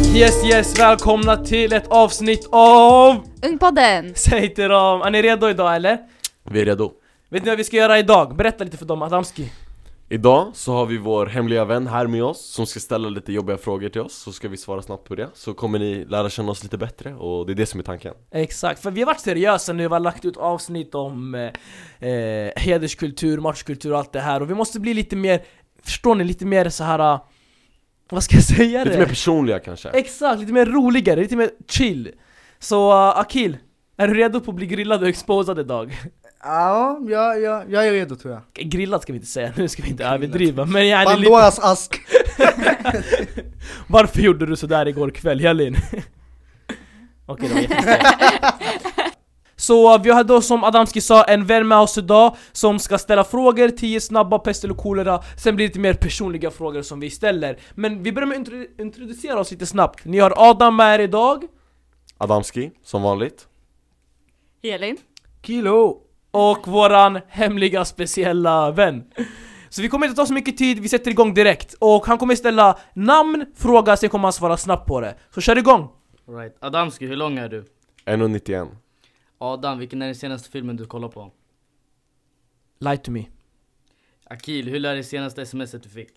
Yes, välkomna till ett avsnitt av Ungpodden. Säg till dem, är ni redo idag eller? Vi är redo. Vet ni vad vi ska göra idag? Berätta lite för dem, Adamski. Idag så har vi vår hemliga vän här med oss som ska ställa lite jobbiga frågor till oss. Så ska vi svara snabbt på det. Så kommer ni lära känna oss lite bättre. Och det är det som är tanken. Exakt, för vi har varit seriösa nu. Vi har lagt ut avsnitt om hederskultur, matchkultur och allt det här. Och vi måste bli lite mer, förstår ni, lite mer så här. Vad ska jag säga det? Lite mer personliga kanske. Exakt, lite mer roligare, lite mer chill. Så Akil, är du redo på att bli grillad och exposad idag? Ja, jag är redo tror jag. Grillad ska vi inte säga, nu ska vi inte överdriva. Men jag är Pandoras ask. Varför gjorde du så där igår kväll, Jalin? Okej, det var jättesnällt. Så vi har då, som Adamski sa, en vän med oss idag som ska ställa frågor, 10 snabba, pest eller kolera. Sen blir det lite mer personliga frågor som vi ställer. Men vi börjar med att introducera oss lite snabbt. Ni har Adam med er idag. Adamski, som vanligt. Elin. Kilo. Och våran hemliga speciella vän. Så vi kommer inte ta så mycket tid, vi sätter igång direkt. Och han kommer ställa namn, fråga, sen kommer han svara snabbt på det. Så kör igång! Right. Adamski, hur lång är du? 1,91. Adam, vilken är den senaste filmen du kollar på? Lie to me. Akil, hur är det senaste smset du fick?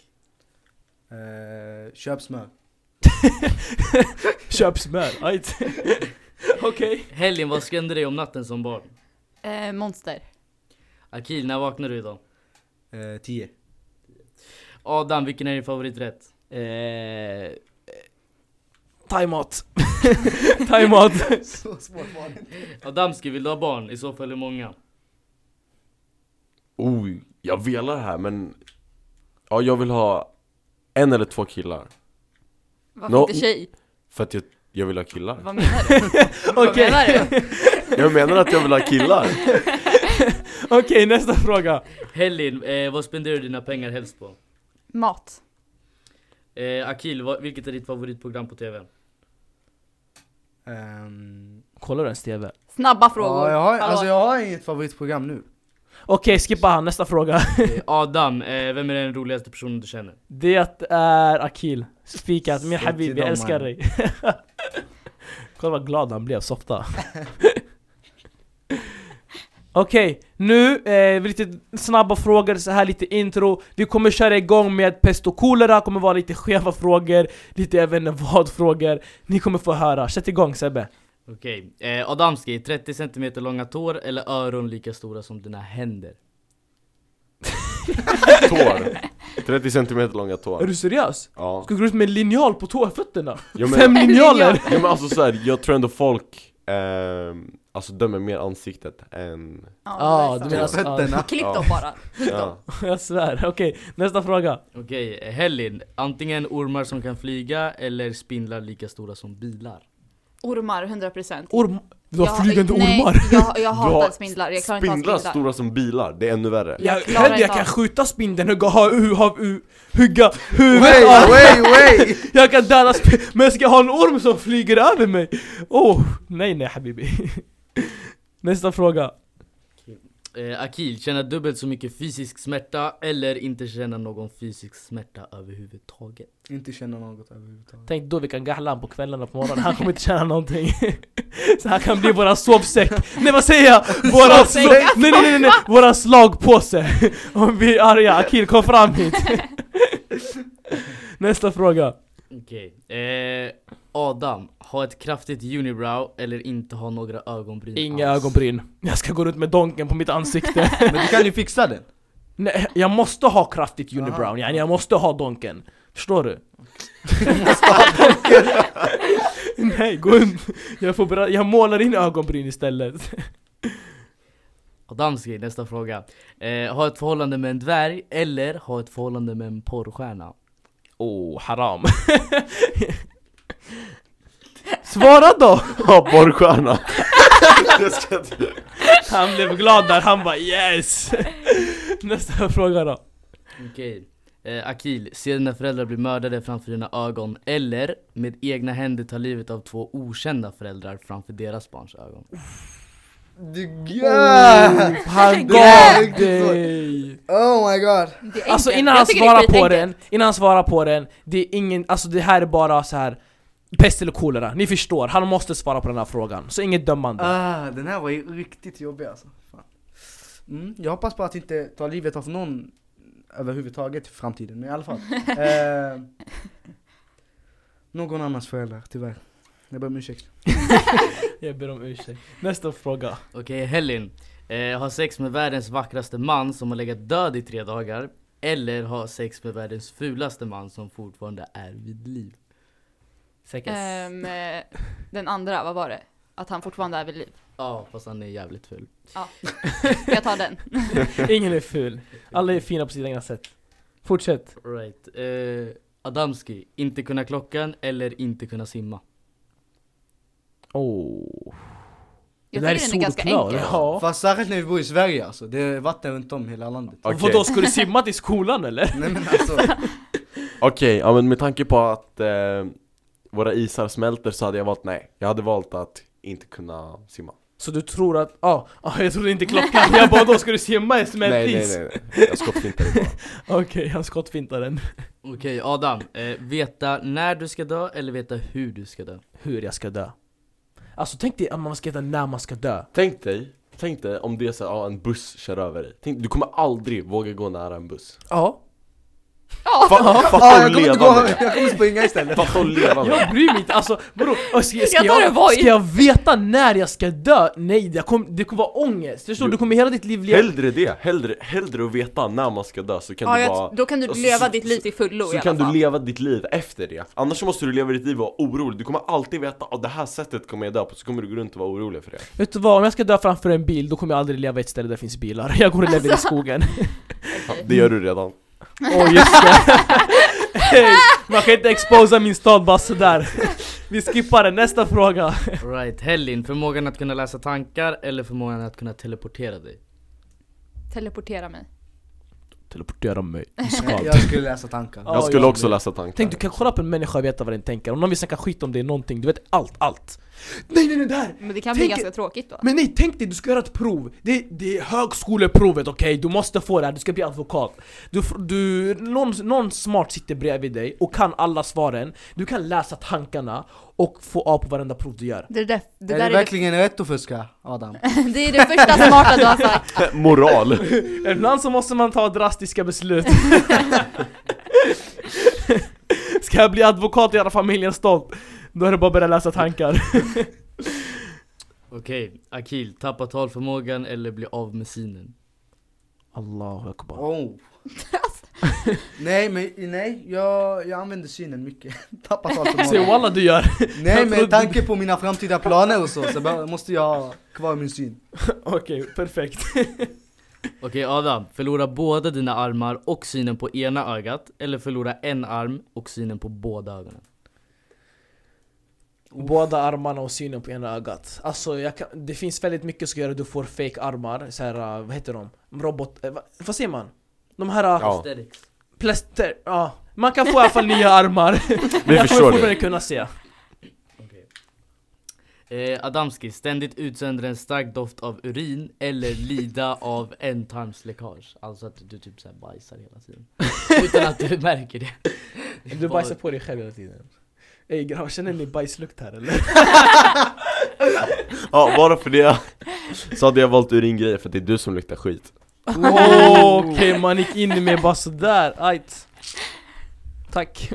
Köp smör. Köp smör, right? Okej. Helgen, vad skrämde dig om natten som barn? Monster. Akil, när vaknar du idag? 10. Adam, vilken är din favoriträtt? Thaimat. Thaimat. Så svårt var det. Adamski, vill du ha barn? I så fall hur många? Jag velar här men... Ja, jag vill ha 1 eller 2 killar. Varför inte tjej? För att jag vill ha killar. Vad menar du? Okej. Vad menar du? Jag menar att jag vill ha killar. Okej, nästa fråga. Helgen, vad spenderar du dina pengar helst på? Mat. Akil, vilket är ditt favoritprogram på tv? Kollar du ens TV? Snabba frågor. Ja, jag har inget favoritprogram nu. Okej, skippa han, nästa fråga. Adam, vem är den roligaste personen du känner? Det är Akil. Spikat, min Säg habib, till jag dem, älskar man. dig. Kolla vad glad han blev, softa. Okej, nu lite snabba frågor, så här lite intro. Vi kommer köra igång med pest och kolera. Kommer vara lite skeva frågor, lite även vad frågor. Ni kommer få höra, sätt igång Sebbe. Okej, Adamski, 30 cm långa tår eller öron lika stora som dina händer? Tår. 30 cm långa tår. Är du seriös? Ja. Ska du gå ut med en linjal på fötterna? Ja, men- 5 linjaler? Ja, men alltså så här, jag tror ändå folk alltså dömer mer ansiktet än... Ja, du menar Fötterna. Klipp Ja. dem bara. Ja. jag svär. Okej, nästa fråga. Okej, Helin, antingen ormar som kan flyga eller spindlar lika stora som bilar. Ormar, 100%. Du har flygande ormar. Jag Du hatar har spindlar. Jag klarar inte spindlar av spindlar. stora som bilar, det är ännu värre. Jag klarar inte kan av. skjuta spindeln, hugga huvudet Wait. Jag kan döda men jag ska ha en orm som flyger över mig. Nej habibi. Nästa fråga. Akil, känna dubbelt så mycket fysisk smärta eller inte känna någon fysisk smärta överhuvudtaget? Inte känna något överhuvudtaget. Tänk då vi kan gahla han på kvällarna på morgonen. Han kommer inte känna någonting. Så här kan bli våra sovsäck. Nej, vad säger jag? Nej. Våra slagpåse. Om vi är arga. Akil, kom fram hit. Nästa fråga. Okej, Adam, ha ett kraftigt unibrow eller inte ha några ögonbryn Inga alls? ögonbryn. Jag ska gå runt med donken på mitt ansikte. Men du kan ju fixa den. Nej, jag måste ha kraftigt unibrow. Jag måste ha donken. Förstår du? Nej, gå in. Jag målar in ögonbryn istället. Adamski, nästa fråga. Ha ett förhållande med en dvärg eller ha ett förhållande med en porrstjärna? Haram. Svara då! Ja, porrstjärna. Han blev glad där, han bara yes. Nästa fråga då. Okej, Akil, se dina föräldrar bli mördade framför dina ögon eller med egna händer ta livet av 2 okända föräldrar framför deras barns ögon? Han gav dig. Oh my god. Det är Alltså enkelt. innan Jag han tycker det är svarar på skitenkelt. den, det är ingen, alltså det här är bara så här. Pest eller kolera, ni förstår, han måste svara på den här frågan. Så inget dömande. Den här var ju riktigt jobbig alltså. Fan. Jag hoppas på att inte ta livet av någon överhuvudtaget i framtiden, men i alla fall. Någon annans föräldrar, tyvärr. Jag ber om ursäkt. Jag ber om ursäkt. Nästa fråga. Okej, Hellin. Ha sex med världens vackraste man som har legat död i 3 dagar. Eller ha sex med världens fulaste man som fortfarande är vid liv. Den andra, vad var det? Att han fortfarande är vid liv. Ja, fast han är jävligt ful. Ja, jag tar den. Ingen är ful. Alla är fina på sitt egna sätt. Fortsätt. Right. Adamski, inte kunna klockan eller inte kunna simma. Jag det där tycker den är ganska solklar. enkel. Ja. Fast särskilt när vi bor i Sverige alltså. Det är vatten runt om hela landet. Okej. Vadå, ska du simma till skolan eller? Nej men alltså. Okej, ja, men med tanke på att våra isar smälter så hade jag valt nej. Jag hade valt att inte kunna simma. Så du tror att, jag trodde inte klockan. Jag bara, då ska du simma i smält Nej, is. nej. Jag skottfintade bara. Okej, han skottfintar den. Okej, Adam. Veta när du ska dö eller veta hur du ska dö? Hur jag ska dö. Alltså tänk dig att man ska veta när man ska dö. Tänk dig om det är så en buss kör över dig. Du kommer aldrig våga gå nära en buss. Ja. Fatta att Jag levande. kommer springa istället. Fatta att levande. Jag bryr mig inte, alltså vadå? Jag Ska jag veta när jag ska dö? Nej, det kommer vara ångest. Förstår du? Du kommer hela ditt liv leva. Hellre det, hellre att veta när man ska dö så kan du bara... Då kan du så- leva så- ditt liv till fullo i Så alla kan du fall. leva ditt liv efter det. Annars så måste du leva ditt liv och vara orolig. Du kommer alltid veta att det här sättet kommer jag dö på. Så kommer du gå runt och vara orolig för det. Vet du vad, om jag ska dö framför en bil, då kommer jag aldrig leva i ett ställe där det finns bilar. Jag går och lever i skogen. Det gör du redan. Just det. Hey, man kan inte exposa min stad bara sådär. Vi skippar den, nästa fråga. Right, Hellin. Förmågan att kunna läsa tankar eller förmågan att kunna teleportera dig? Teleportera mig. Teleportera mig i skad. Jag skulle läsa tankar. Ja, Jag skulle jag också med. läsa tankar. Tänk, du kan kolla på en människa och veta vad den tänker. Om någon vill snacka skit om det är någonting, du vet allt. Nej, där! Men det kan bli Tänk- ganska tråkigt då. Men nej, tänk dig, du ska göra ett prov. Det är högskoleprovet, okej? Du måste få det här, du ska bli advokat. Någon smart sitter bredvid dig och kan alla svaren. Du kan läsa tankarna och få A på varenda prov du gör. Det Är där det är verkligen rätt att fuska, Adam? det är det första smarta du har sagt. Moral. Ibland så måste man ta drastiska beslut. Ska jag bli advokat och göra familjen stolt? Då är det bara att börja läsa tankar. Okej, Akil. Tappa talförmågan eller bli av med synen? Allahu akbar. Nej, jag använder synen mycket. Tappat allt för Se många. walla du gör. Nej, med tanke på mina framtida planer och så måste jag ha kvar min syn. Okej, perfekt. Okej, Adam. Förlora båda dina armar och synen på ena ögat eller förlora en arm och synen på båda ögonen? Båda armarna och synen på ena ögat. Alltså det finns väldigt mycket som gör att du får fake armar. Så här, vad heter de? Vad säger man? De här Ja. plaster. Ja, man kan få i alla fall nya armar. Vi Jag kommer förstår fortfarande det. kunna se. Adamski, ständigt utsöndra en stark doft av urin eller lida av ändtarmsläckage. Alltså att du typ så här bajsar hela tiden utan att du märker det. Du bajsar på dig själv hela tiden. Ey grabbar, känner ni bajslukt här eller? Ja, bara för det så hade jag valt uringrejer för det är du som luktar skit. Okej, man gick in i mig bara sådär. Ajt. Tack.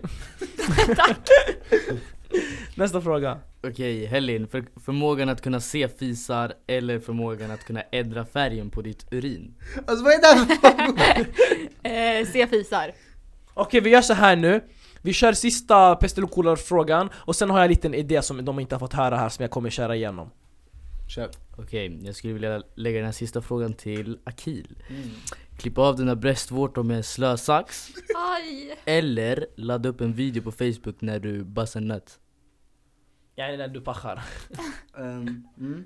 Nästa fråga. Okej, Hellin. Förmågan att kunna se fisar eller förmågan att kunna ändra färgen på ditt urin? Alltså vad är det här? Se fisar. Okej, vi gör så här nu. Vi kör sista pest eller kolera-frågan. Och sen har jag en liten idé som de inte har fått höra här som jag kommer köra igenom. Kör. Okej, jag skulle vilja lägga den här sista frågan till Akil. Klippa av dina bröstvårtor med en slösax Aj. eller ladda upp en video på Facebook när du bassar nöt? Jag är när du pachar. Mm.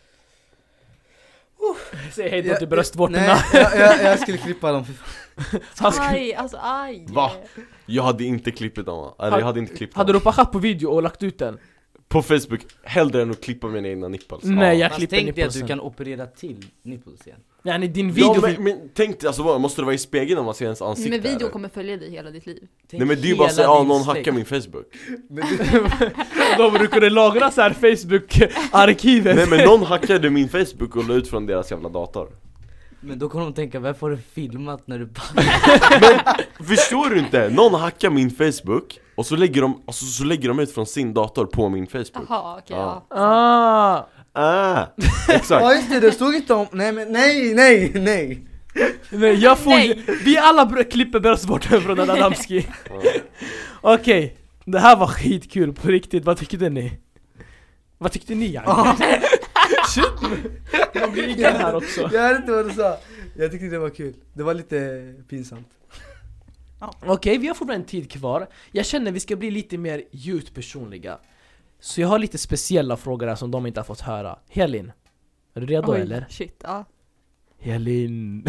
Säg hej då till bröstvårtorna. Nej, jag skulle klippa dem. Aj, alltså aj. Va? Jag hade inte klippt dem. Eller jag hade inte klippt Hade dem. du pachat på video och lagt ut den? På Facebook, hellre än att klippa mina egna nipples. Nej, jag Fast klipper tänk dig att nipplesen. du kan operera till nipples igen. Ja, din video... men tänk dig, alltså måste det vara i spegeln om man ser ens ansikte? Men video eller? kommer följa dig hela ditt liv. Tänk Nej men det är ju bara att säga, hela ja din någon släkt. hackar min Facebook. Då brukar du lagra så här Facebook-arkivet. Nej men någon hackade min Facebook och la ut från deras jävla dator. Men då kommer de tänka, varför har du filmat när du Förstår du inte? Någon hackar min Facebook och så lägger de ut från sin dator på min Facebook. Jaha, okej, Ja. ja. Exakt. Ja just det stod inte om, nej. Nej, jag får vi alla klipper oss bort från den Adamski. Okej, det här var skitkul på riktigt. Vad tyckte ni? Vad tyckte ni? Shit. Jag blir ingen här också. Jag hörde inte vad du sa. Jag tyckte det var kul. Det var lite pinsamt. Okej, vi har fortfarande en tid kvar. Jag känner vi ska bli lite mer djupt personliga. Så jag har lite speciella frågor här som de inte har fått höra. Helin, är du redo eller? Shit, ja. Helin.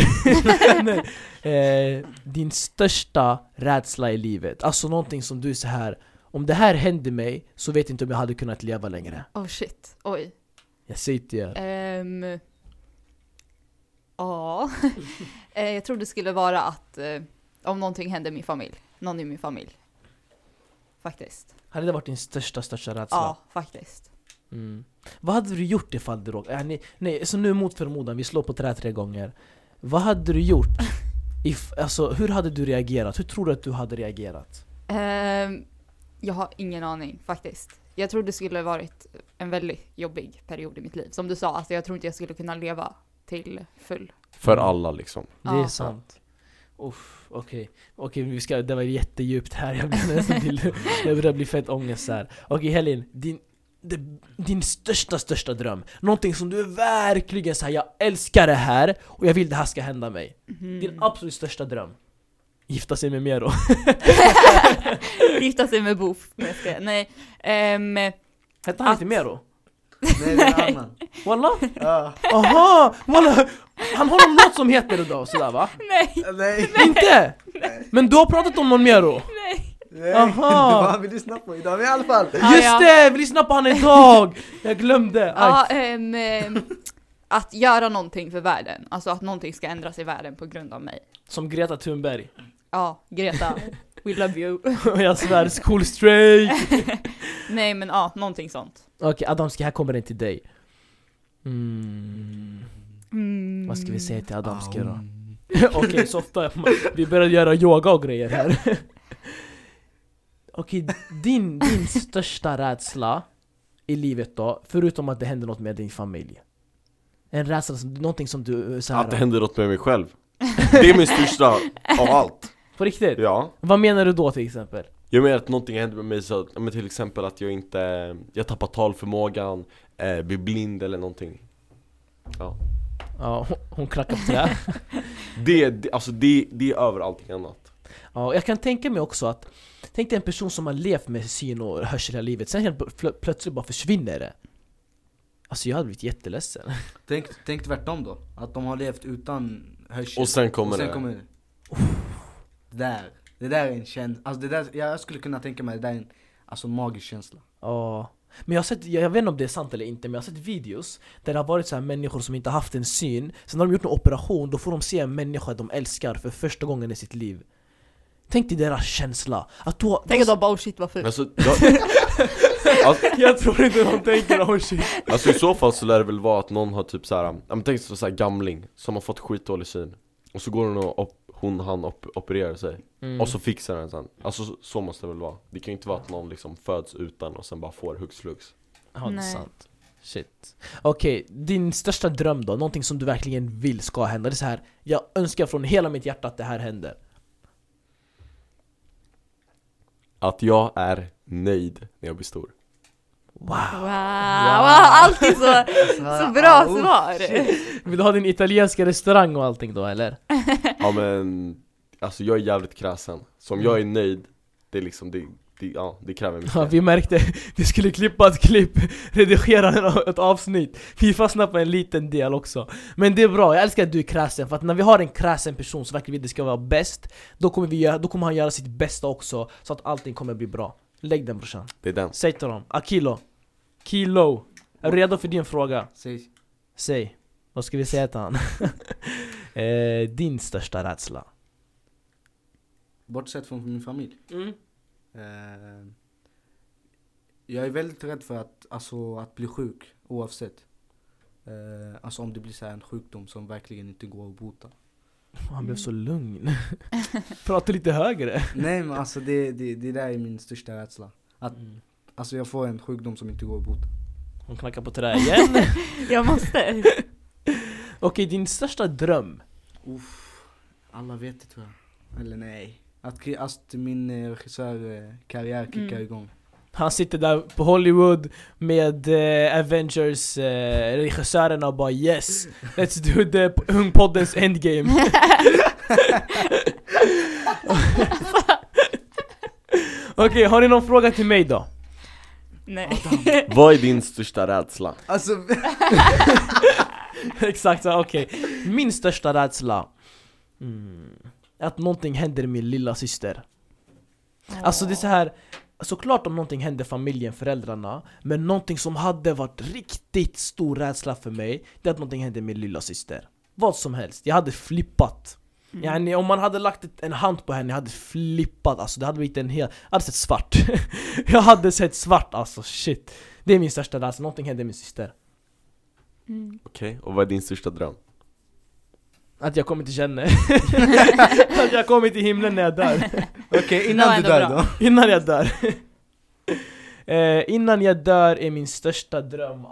Din största rädsla i livet. Alltså någonting som du är så här. Om det här hände mig så vet inte om jag hade kunnat leva längre. Oh shit, oj. Jag säger till er. Ja. Jag tror det skulle vara att om någonting hände min familj. Någon i min familj. Faktiskt. Hade det varit din största rädsla? Ja, faktiskt. Vad hade du gjort ifall du råkade? Nej, så nu mot förmodan, vi slår på 3 gånger. Vad hade du gjort? Alltså, hur hade du reagerat? Hur tror du att du hade reagerat? Jag har ingen aning, faktiskt. Jag tror det skulle varit en väldigt jobbig period i mitt liv. Som du sa, alltså jag tror inte jag skulle kunna leva till full. För alla liksom. Det är Ja. sant. Okej, det var jättedjupt här. Jag blir nästan det börjar bli fett ångest här. Okej, Helin, din största dröm. Någonting som du är verkligen säger, jag älskar det här och jag vill det här ska hända mig. Din absolut största dröm. Gifta sig med Mero. Gifta sig med Boof. Nej. Hette han inte Mero? Nej, det är en annan. Wallah? Ja. Aha! Wallah! Han har någon låt som heter det då, sådär va? Nej. Inte? Men du har pratat om någon Mero? Nej. Aha. Det var han vi lyssnade på idag, men i alla fall. Just det! Vi lyssnade på han idag! Jag glömde. Ja, att göra någonting för världen. Alltså att någonting ska ändras i världen på grund av mig. Som Greta Thunberg. Ja, Greta. We love you. Jag svär, cool straight. Nej, men ja, någonting sånt. Okej, Adamski, här kommer den till dig. Vad ska vi säga till Adamski då? Okej, så ofta vi börjar göra yoga och grejer här. Okej, din största rädsla i livet då, förutom att det händer något med din familj. En rädsla, någonting som du så här, Att det händer något med mig själv. Det är min största av allt. på riktigt? Ja. Vad menar du då till exempel? Jag menar att någonting händer med mig så, men till exempel att jag tappar talförmågan, blir blind eller någonting. Ja. Ja, hon klackar på trä. Det är över allting annat. Ja, jag kan tänka mig också att tänk dig en person som har levt med syn och hörsel hela livet, sen helt plötsligt bara försvinner det. Alltså jag hade blivit jätteledsen. Tänk tvärtom då. Att de har levt utan hörsel. Och sen kommer det där är en känsla. Alltså det där, jag skulle kunna tänka mig, det där är en alltså magisk känsla. Ja. Men jag vet inte om det är sant eller inte, men jag har sett videos där det har varit så här människor som inte haft en syn. Sen har de gjort en operation, då får de se en människa de älskar för första gången i sitt liv. Tänk dig deras känsla. Tänk att de bara, oh shit, vad fult. Alltså, jag tror inte de tänker oh shit. alltså i så fall så lär det väl vara att någon har typ såhär, tänk dig så här gamling som har fått skitdålig syn. Och så går hon och han opererar sig. Och så fixar den sen. Alltså så måste det väl vara. Det kan ju inte vara att någon liksom föds utan och sen bara får hux flux. Ja, det är sant. Shit. Okej, din största dröm då? Någonting som du verkligen vill ska hända. Det är så här, jag önskar från hela mitt hjärta att det här händer. Att jag är nöjd när jag blir stor. Wow. Alltid så bra svar. Vill du ha din italienska restaurang och allting då, eller? Ja men, alltså jag är jävligt kräsen. Så om jag är nöjd, det är liksom, det kräver mycket. Ja, vi märkte, vi skulle klippa ett klipp, redigera ett avsnitt. Vi fastnade på en liten del också. Men det är bra, jag älskar att du är kräsen. För att när vi har en kräsen person som verkligen vill det ska vara bäst, då kommer han göra sitt bästa också, så att allting kommer bli bra. Lägg den, brorsan. Det är den. Säg till dem, Akilo. Kilo, är du redo för din fråga? Säg. Vad ska vi säga till han? Din största rädsla? Bortsett från min familj. Jag är väldigt rädd för att bli sjuk oavsett. Alltså om det blir så här en sjukdom som verkligen inte går att bota. Han blev så lugn. Prata lite högre. Nej, men alltså det där är min största rädsla. Att alltså jag får en sjukdom som inte går att bota. Hon knackar på trä igen. Jag måste. Okej, din största dröm? Alla vet det, tror jag. Eller nej. Att min regissörkarriär kickar igång. Han sitter där på Hollywood med Avengers regissörerna och bara yes, let's do the Ungpoddens endgame. Okej, har ni någon fråga till mig då? Nej. Vad är din största rädsla? Alltså Exakt, okej. Min största rädsla att någonting händer min lilla syster. Alltså det är så här, såklart om någonting händer familjen, föräldrarna, men någonting som hade varit riktigt stor rädsla för mig, det är att någonting hände min lilla syster. Vad som helst, jag hade flippat. Yani, om man hade lagt en hand på henne, jag hade flippat. Alltså det hade blivit jag hade sett svart. Jag hade sett svart, alltså shit. Det är min största rädsla, någonting hände min syster. Okej, och vad är din största dröm? Att jag kommer till känna. Att jag kommer till himlen när jag dör. Okej, innan du dör då. Innan jag dör. Innan jag dör är min största dröm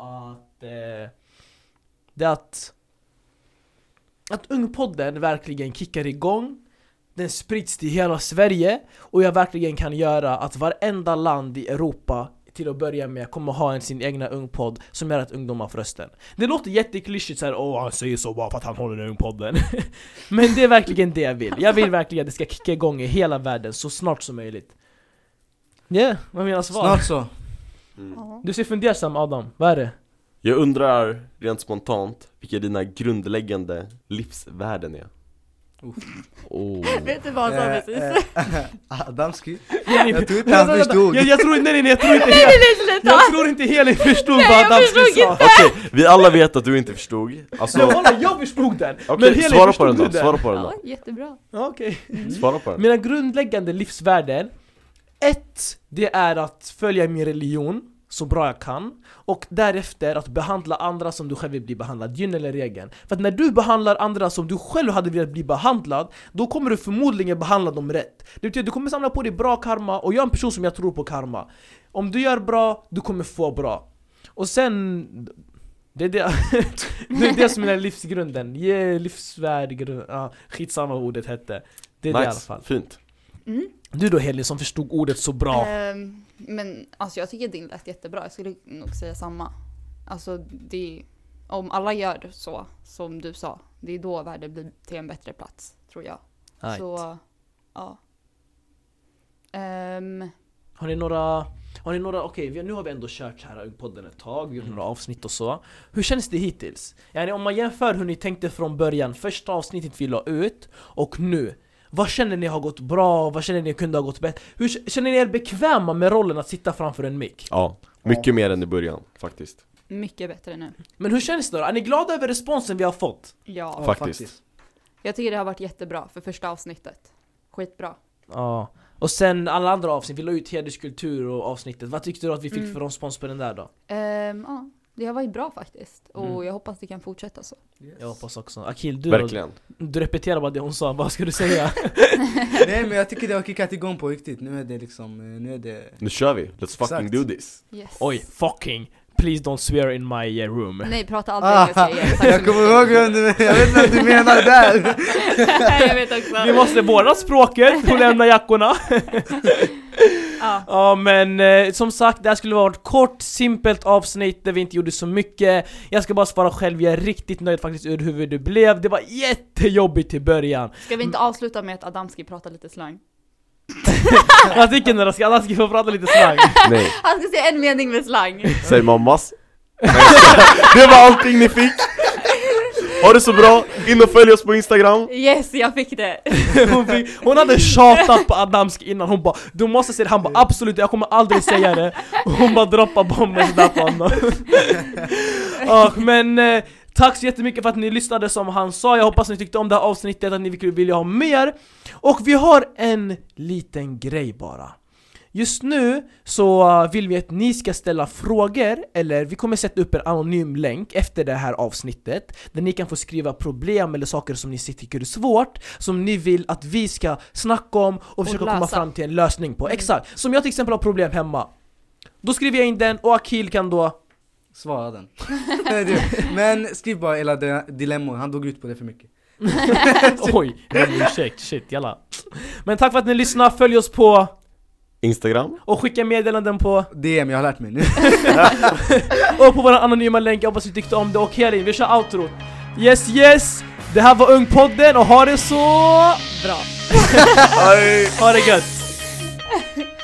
att Ungpodden verkligen kickar igång. Den sprids till hela Sverige. Och jag verkligen kan göra att varenda land i Europa till att börja med kommer ha sin egna Ungpodd som gör att ungdomar får rösten. Det låter jätteklyschigt såhär, han säger så bara för att han håller den Ungpodden. Men det är verkligen det jag vill. Jag vill verkligen att det ska kicka igång i hela världen så snart som möjligt. Vad menar svar? Snart så. Du ser fundersam, Adam, vad är det? Jag undrar rent spontant vilka dina grundläggande livsvärden är. Vet du vad han sa precis? Adamski. Jag tror inte han förstod. Jag tror inte Helin förstod vad Adamski sa. Okej, vi alla vet att du inte förstod. Alltså, jag förstod den. Okej, svara på den då. Svara på den då. Ja, jättebra. Okej. Svara på den. Mina grundläggande livsvärden. 1, det är att följa min religion så bra jag kan. Och därefter att behandla andra som du själv vill bli behandlad. Gyn eller regeln. För att när du behandlar andra som du själv hade velat bli behandlad, då kommer du förmodligen behandla dem rätt. Det betyder att du kommer samla på dig bra karma. Och jag är en person som jag tror på karma. Om du gör bra, du kommer få bra. Och sen... Det är det som är livsgrunden. Livsvärd. Skitsamma vad ordet hette. Det är nice. Det i alla fall. Fint. Du då Heli som förstod ordet så bra. Men alltså jag tycker din lät jättebra. Jag skulle nog säga samma. Alltså om alla gör så som du sa, det är då världen blir till en bättre plats, tror jag. Right. Så ja. Har ni några okej, nu har vi ändå kört här i podden ett tag, vi har gjort några avsnitt och så. Hur känns det hittills? Yani, om man jämför hur ni tänkte från början, första avsnittet vi la ut och nu. Vad känner ni har gått bra? Vad känner ni kunde ha gått bättre? Hur känner ni er bekväma med rollen att sitta framför en mic? Ja, mycket mer än i början faktiskt. Mycket bättre nu. Men hur känns det då? Är ni glada över responsen vi har fått? Ja, Faktiskt. Jag tycker det har varit jättebra för första avsnittet. Skitbra. Ja. Och sen alla andra avsnitt, vi la ut hederskultur och avsnittet. Vad tyckte du att vi fick för respons på den där då? Ja, det har varit bra faktiskt. Och jag hoppas det kan fortsätta så. Yes. Jag hoppas också. Akil, du verkligen. Du repeterar bara det hon sa, vad ska du säga? Nej, men jag tycker det har kickat igång på riktigt. Nu är det liksom, Nu kör vi, let's fucking Exakt. do this. Yes. Oj, fucking. Please don't swear in my room. Nej, prata aldrig engelska igen. Jag kommer ihåg jag vet inte vad du menar där. Jag vet också. Vi måste vårda språket och lämna jackorna. Ja, men som sagt, det här skulle vara ett kort, simpelt avsnitt där vi inte gjorde så mycket. Jag ska bara svara själv, jag är riktigt nöjd faktiskt ur hur det blev. Det var jättejobbigt i början. Ska vi inte avsluta med att Adamski pratar lite slang? Jag tycker när Adamski få prata lite slang. Nej, Han ska säga en mening med slang. säg mammas. Det var allting ni fick. Ha det så bra, in och följ oss på Instagram. Yes, jag fick det. Hon hade tjatat på Adamski innan. Hon bara, du måste säga det. Han bara, absolut, jag kommer aldrig säga det. Och hon bara droppar bomben sådär på honom. Men tack så jättemycket för att ni lyssnade som han sa. Jag hoppas ni tyckte om det här avsnittet, att ni vill ha mer. Och vi har en liten grej bara. Just nu så vill vi att ni ska ställa frågor, eller vi kommer sätta upp en anonym länk efter det här avsnittet där ni kan få skriva problem eller saker som ni tycker är svårt, som ni vill att vi ska snacka om och försöka komma fram till en lösning på. Exakt, som jag till exempel har problem hemma. Då skriver jag in den och Akil kan då svara den. Men skriv bara hela dilemmor, han dog ut på det för mycket. Oj, shit, jalla. Men tack för att ni lyssnar, följ oss på Instagram. Och skicka meddelanden på DM, jag har lärt mig nu. och på vår anonyma länk. Jag hoppas ni tyckte om det. Och Karin, vi kör outro. Yes, det här var Ungpodden och ha det så bra. Ha det gött.